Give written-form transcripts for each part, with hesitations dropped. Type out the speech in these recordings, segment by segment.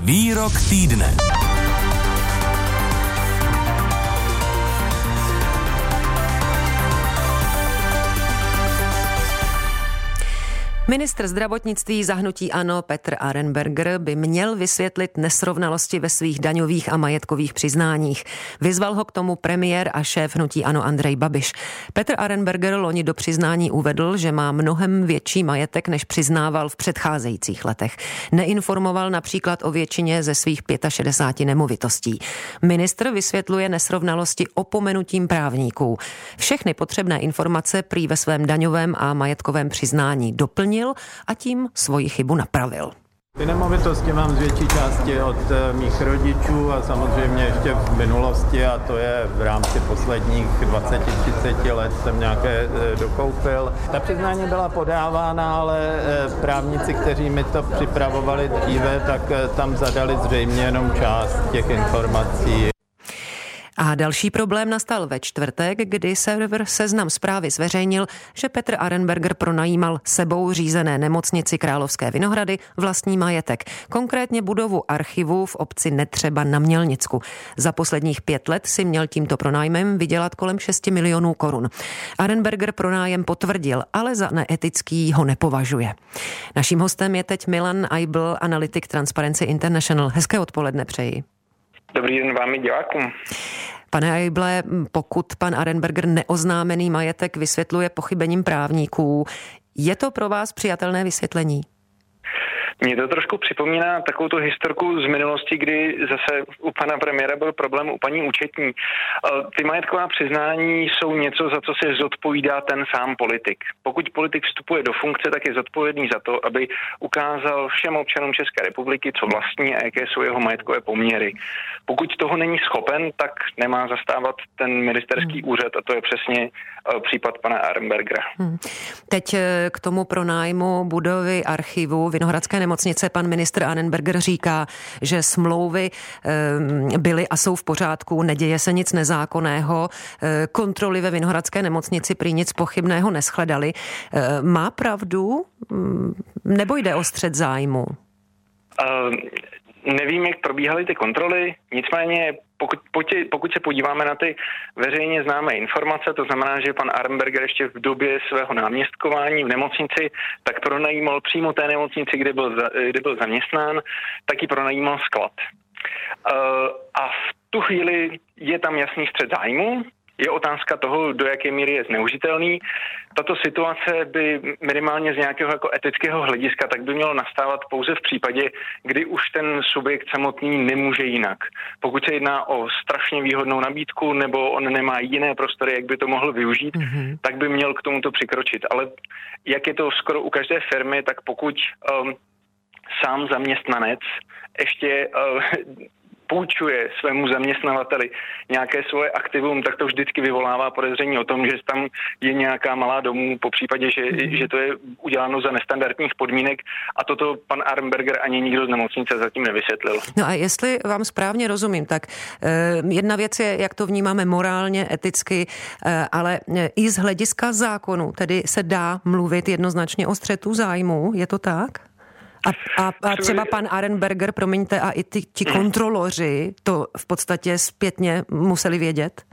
Výrok týdne. Ministr zdravotnictví za hnutí ANO Petr Arenberger by měl vysvětlit nesrovnalosti ve svých daňových a majetkových přiznáních. Vyzval ho k tomu premiér a šéf hnutí ANO Andrej Babiš. Petr Arenberger loni do přiznání uvedl, že má mnohem větší majetek, než přiznával v předcházejících letech. Neinformoval například o většině ze svých 65 nemovitostí. Ministr vysvětluje nesrovnalosti opomenutím právníků. Všechny potřebné informace prý ve svém daňovém a majetkovém přiznání doplnil a tím svoji chybu napravil. Ty nemovitosti mám z větší části od mých rodičů a samozřejmě ještě v minulosti, a to je v rámci posledních 20-30 let jsem nějaké dokoupil. Ta přiznání byla podávána, ale právníci, kteří mi to připravovali dříve, tak tam zadali zřejmě jenom část těch informací. A další problém nastal ve čtvrtek, kdy server Seznam Zprávy zveřejnil, že Petr Arenberger pronajímal sebou řízené nemocnici Královské Vinohrady vlastní majetek, konkrétně budovu archivu v obci Netřeba na Mělnicku. Za posledních 5 let si měl tímto pronájmem vydělat kolem 6 milionů korun. Arenberger pronájem potvrdil, ale za neetický ho nepovažuje. Naším hostem je teď Milan Eibl, analytik Transparency International. Hezké odpoledne přeji. Dobrý den vám i divákům. Pane Eible, pokud pan Arenberger neoznámený majetek vysvětluje pochybením právníků, je to pro vás přijatelné vysvětlení? Mně to trošku připomíná takovou tu historku z minulosti, kdy zase u pana premiéra byl problém u paní účetní. Ty majetková přiznání jsou něco, za co se zodpovídá ten sám politik. Pokud politik vstupuje do funkce, tak je zodpovědný za to, aby ukázal všem občanům České republiky, co vlastní a jaké jsou jeho majetkové poměry. Pokud toho není schopen, tak nemá zastávat ten ministerský úřad, a to je přesně případ pana Arenbergera. Teď k tomu pronájmu budovy archivu Vinohradské nemocnice pan ministr Arenberger říká, že smlouvy byly a jsou v pořádku, neděje se nic nezákonného, kontroly ve Vinohradské nemocnici prý nic pochybného neschledaly. Má pravdu, nebo jde o střet zájmu? Nevím, jak probíhaly ty kontroly, nicméně pokud se podíváme na ty veřejně známé informace, to znamená, že pan Arenberger ještě v době svého náměstkování v nemocnici, tak pronajímal přímo té nemocnici, kde byl zaměstnán, tak ji pronajímal sklad. A v tu chvíli je tam jasný střet zájmu. Je otázka toho, do jaké míry je zneužitelný. Tato situace by minimálně z nějakého jako etického hlediska tak by mělo nastávat pouze v případě, kdy už ten subjekt samotný nemůže jinak. Pokud se jedná o strašně výhodnou nabídku nebo on nemá jiné prostory, jak by to mohl využít, tak by měl k tomuto přikročit. Ale jak je to skoro u každé firmy, tak pokud sám zaměstnanec ještě půjčuje svému zaměstnavateli nějaké svoje aktivum, tak to vždycky vyvolává podezření o tom, že tam je nějaká malá domů, po případě, že to je uděláno za nestandardních podmínek, a toto pan Arenberger ani nikdo z nemocnice zatím nevysvětlil. No a jestli vám správně rozumím, tak jedna věc je, jak to vnímáme morálně, eticky, ale i z hlediska zákonu, tedy se dá mluvit jednoznačně o střetu zájmu, je to tak? A třeba pan Arenberger, promiňte, a i ti kontroloři to v podstatě zpětně museli vědět?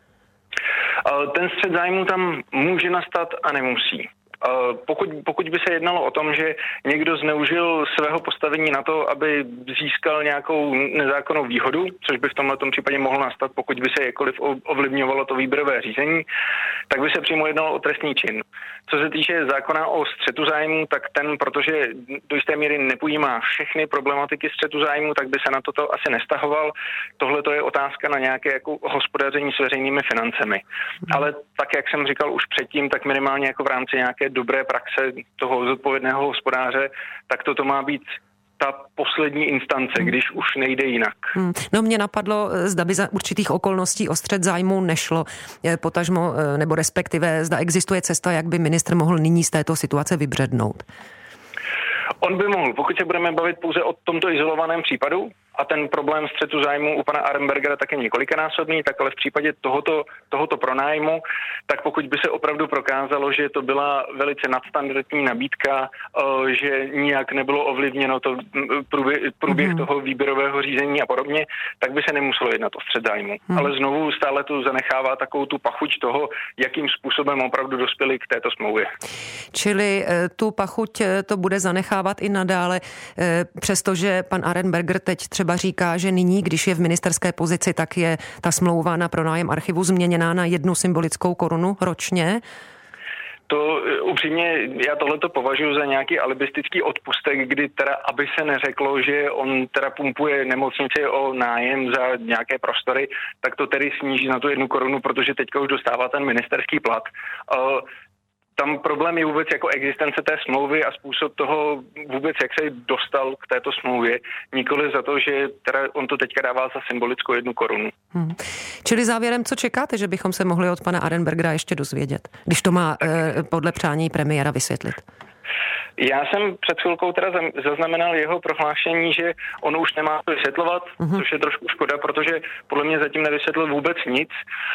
Ten střet zájmu tam může nastat a nemusí. Pokud by se jednalo o tom, že někdo zneužil svého postavení na to, aby získal nějakou nezákonnou výhodu, což by v tomto případě mohlo nastat, pokud by se jakkoliv ovlivňovalo to výběrové řízení, tak by se přímo jednalo o trestný čin. Co se týče zákona o střetu zájmu, tak ten, protože do jisté míry nepojímá všechny problematiky střetu zájmu, tak by se na toto asi nestahoval. Tohle to je otázka na nějaké jako hospodaření s veřejnými financemi. Ale tak, jak jsem říkal už předtím, tak minimálně jako v rámci nějaké dobré praxe toho zodpovědného hospodáře, tak toto má být ta poslední instance, když už nejde jinak. No mě napadlo, zda by za určitých okolností o střet zájmu nešlo, potažmo, nebo respektive zda existuje cesta, jak by ministr mohl nyní z této situace vybřednout. On by mohl, pokud se budeme bavit pouze o tomto izolovaném případu, a ten problém střetu zájmu u pana Arenbergera tak je několikanásobný, tak ale v případě tohoto pronájmu, tak pokud by se opravdu prokázalo, že to byla velice nadstandardní nabídka, že nijak nebylo ovlivněno to průběh toho výběrového řízení a podobně, tak by se nemuselo jednat o střet zájmu. Ale znovu stále to zanechává takovou tu pachuť toho, jakým způsobem opravdu dospěli k této smlouvě. Čili tu pachuť to bude zanechávat i nadále, přestože pan Arenberger teď třeba říká, že nyní, když je v ministerské pozici, tak je ta smlouva na pronájem archivu změněná na 1 symbolickou korunu ročně. To upřímně, já tohleto považuji za nějaký alibistický odpustek, kdy teda, aby se neřeklo, že on teda pumpuje nemocnici o nájem za nějaké prostory, tak to tedy sníží na tu 1 korunu, protože teďka už dostává ten ministerský plat. Tam problém je vůbec jako existence té smlouvy a způsob toho vůbec, jak se dostal k této smlouvě. Nikoli za to, že teda on to teďka dává za symbolickou 1 korunu. Čili závěrem, co čekáte, že bychom se mohli od pana Arenbergera ještě dozvědět, když to má podle přání premiéra vysvětlit? Já jsem před chvilkou teda zaznamenal jeho prohlášení, že on už nemá to vysvětlovat, což je trošku škoda, protože podle mě zatím nevysvětlil vůbec nic.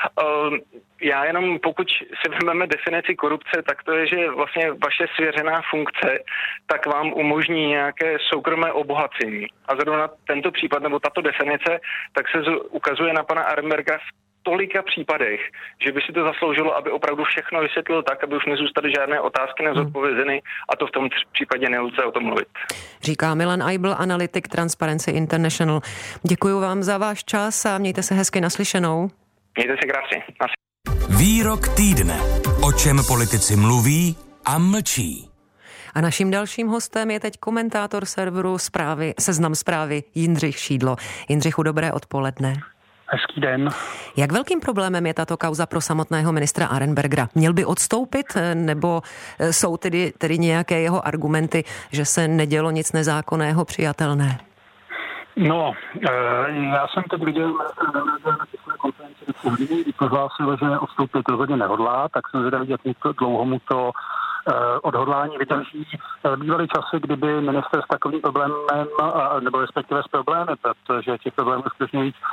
Já jenom, pokud si vezmeme definici korupce, tak to je, že vlastně vaše svěřená funkce tak vám umožní nějaké soukromé obohacení. A zrovna tento případ, nebo tato definice, tak se ukazuje na pana Arenbergera v tolika případech, že by si to zasloužilo, aby opravdu všechno vysvětlil tak, aby už nezůstaly žádné otázky nezodpovězeny a to v tom případě nelze o tom mluvit. Říká Milan Eibl, analytik Transparency International. Děkuji vám za váš čas a mějte se hezky naslyšenou. Mějte se krásně. Výrok týdne. O čem politici mluví a mlčí. A naším dalším hostem je teď komentátor serveru Seznam Zprávy Jindřich Šídlo. Jindřichu, dobré odpoledne. Hezký den. Jak velkým problémem je tato kauza pro samotného ministra Arenbergera? Měl by odstoupit, nebo jsou tedy nějaké jeho argumenty, že se nedělo nic nezákonného přijatelné? No, já jsem teď viděl na tiskové konferenci kdy prohlásil, že odstoupit rozhodně nehodlá, tak jsem zvědavý, jak dlouho mu to odhodlání vydrží. Bývaly časy, kdyby minister s takovým problémem, nebo respektive s problémy, protože těch problémů skutečně víc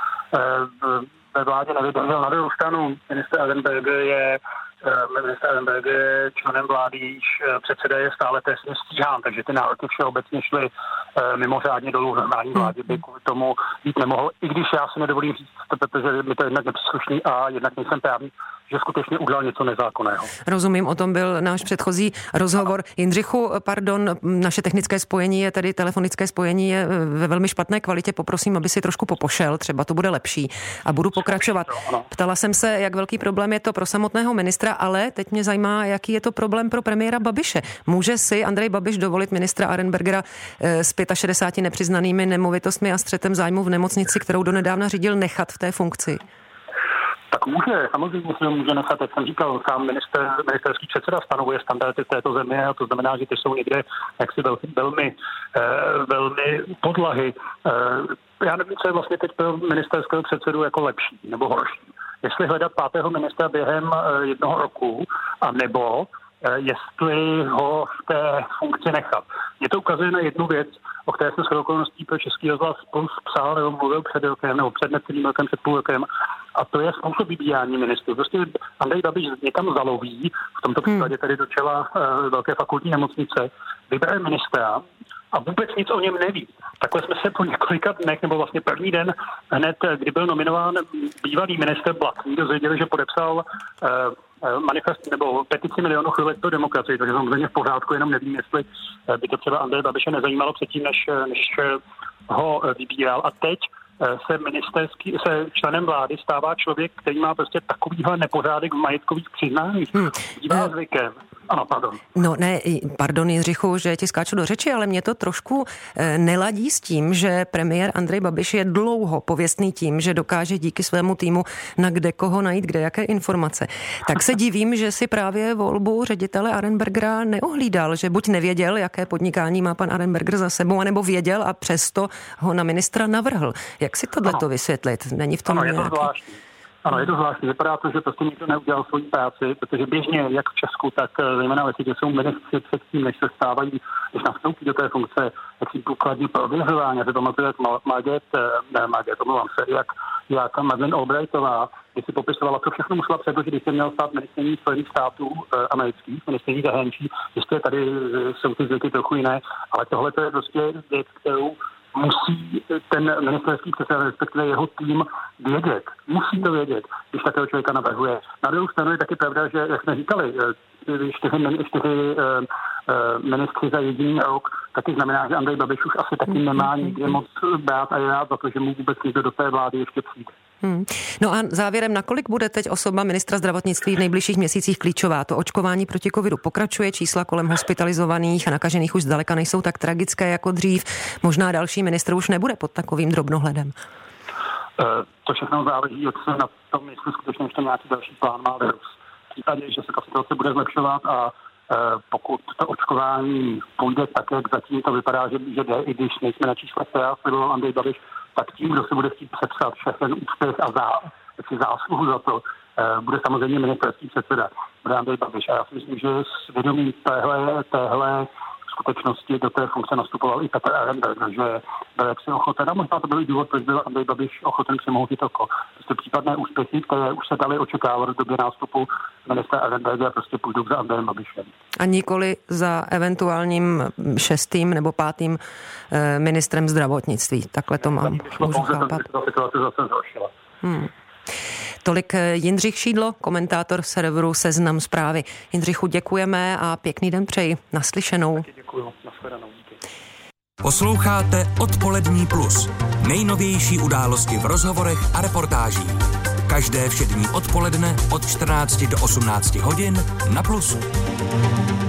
ve vládě nevydržel. Na druhou stranu minister Arenberger je členem vlády, jejíž předseda je stále trestně stíhán, takže ty nároky všeobecně šly mimořádně dolů. V normální vládě by kvůli tomu jít nemohl, i když já si nedovolím říct, protože mi to jednak nepříslušný a jednak nejsem právník, že skutečně udělal něco nezákonného. Rozumím, o tom byl náš předchozí rozhovor. Jindřichu, pardon, naše technické spojení je tedy telefonické spojení je ve velmi špatné kvalitě. Poprosím, aby si trošku popošel, třeba to bude lepší. A budu pokračovat. Ptala jsem se, jak velký problém je to pro samotného ministra, ale teď mě zajímá, jaký je to problém pro premiéra Babiše. Může si Andrej Babiš dovolit ministra Arenbergera s 65 nepřiznanými nemovitostmi a střetem zájmu v nemocnici, kterou donedávna řídil, nechat v té funkci? Tak může, samozřejmě se může nechat, jak jsem říkal, sám ministerský předseda stanovuje standardy v této zemi a to znamená, že ty jsou někde jaksi velmi podlahy. Já nevím, co je vlastně teď pro ministerského předsedu jako lepší nebo horší. Jestli hledat 5. ministra během 1 roku, a nebo jestli ho v té funkci nechat. Mě to ukazuje na jednu věc, o které jsem s okolností pro Český rozhlas psal nebo mluvil před rokem, nebo před necelým rokem, před půl rokem, a to je způsob vybírání ministrů. Prostě Andrej Babiš někam zaloví, v tomto případě tady do čela velké fakultní nemocnice, vybere ministra a vůbec nic o něm neví. Takhle jsme se po několika dnech, nebo vlastně první den hned, kdy byl nominován bývalý ministr Blatný, dozvěděli, že podepsal manifest nebo petici 1 milionu chvilek pro demokracii, takže samozřejmě v pořádku, jenom nevím, jestli by to třeba Andreje Babiše nezajímalo předtím, než ho vybíral. A teď se členem vlády stává člověk, který má prostě takovýhle nepořádek v majetkových přiznáních. Bývá zvykem. Ano, pardon. No ne, pardon Jindřichu, že ti skáču do řeči, ale mě to trošku neladí s tím, že premiér Andrej Babiš je dlouho pověstný tím, že dokáže díky svému týmu na kde koho najít, kde jaké informace. Tak se divím, že si právě volbu ředitele Arenbergera neohlídal, že buď nevěděl, jaké podnikání má pan Arenberger za sebou, anebo věděl a přesto ho na ministra navrhl. Jak si tohleto vysvětlit? Není v tom je to zvláštní. Ano, je to zvláštní. Vypadá to, že prostě nikdo neudělal svoji práci, protože běžně, jak v Česku, tak zejména ve světě jsou ministři předtím, než se stávají, když nastoupí do té funkce, jak si důkladně prověřování. Já si pamatuju, jak jak Madeleine Albrightová, když si popisovala, co všechno musela předložit, když se měl stát ministryní Spojených států amerických, ministryní zahraničí. Jistě tady jsou ty zvyky trochu jiné, ale tohle to je prostě věc, kterou musí ten ministerský předseda, respektive jeho tým vědět. Musí to vědět, když takového člověka navrhuje. Na druhou stranu je taky pravda, že, jak jsme říkali, 4 ministři za jediný rok, taky znamená, že Andrej Babiš už asi taky nemá nikde moc brát a je rád za to, že mu vůbec někdo do té vlády ještě přijde. No a závěrem, nakolik bude teď osoba ministra zdravotnictví v nejbližších měsících klíčová? To očkování proti covidu pokračuje, čísla kolem hospitalizovaných a nakažených už zdaleka nejsou tak tragické jako dřív. Možná další ministr už nebude pod takovým drobnohledem. To všechno záleží od se na tom, jestli skutečně ještě nějaký další plán má virus. V případě, že se ta situace bude zlepšovat a pokud to očkování půjde tak, jak zatím to vypadá, že jde, i když nejsme na číslech, která sliboval Andrej Babiš, tak tím, kdo se bude chtít přepsat všechen úspěch a zásluhu za to, bude samozřejmě ministerský předseda, bude Andrej Babiš. A já si myslím, že s vědomí téhle skutečnosti do té funkce nastupoval i Petr Arenberger, že byl jaksi ochoten, a možná to byl důvod, proč byl Andrej Babiš ochoten přemohut i toko. Prostě případné úspěchy, které už se daly očekávat v době nástupu ministra Arenbergera, prostě půjdou za Andrejem Babišem. A nikoli za eventuálním 6. nebo 5. ministrem zdravotnictví. Takhle to mám. Můžu chápat. Situace zase zhoršila. Tolik Jindřich Šídlo, komentátor serveru Seznam Zprávy. Jindřichu, děkujeme a pěkný den přeji. Naslyšenou. Děkuju, nashledanou. Díky. Posloucháte Odpolední plus. Nejnovější události v rozhovorech a reportážích. Každé všední odpoledne od 14 do 18 hodin na Plusu.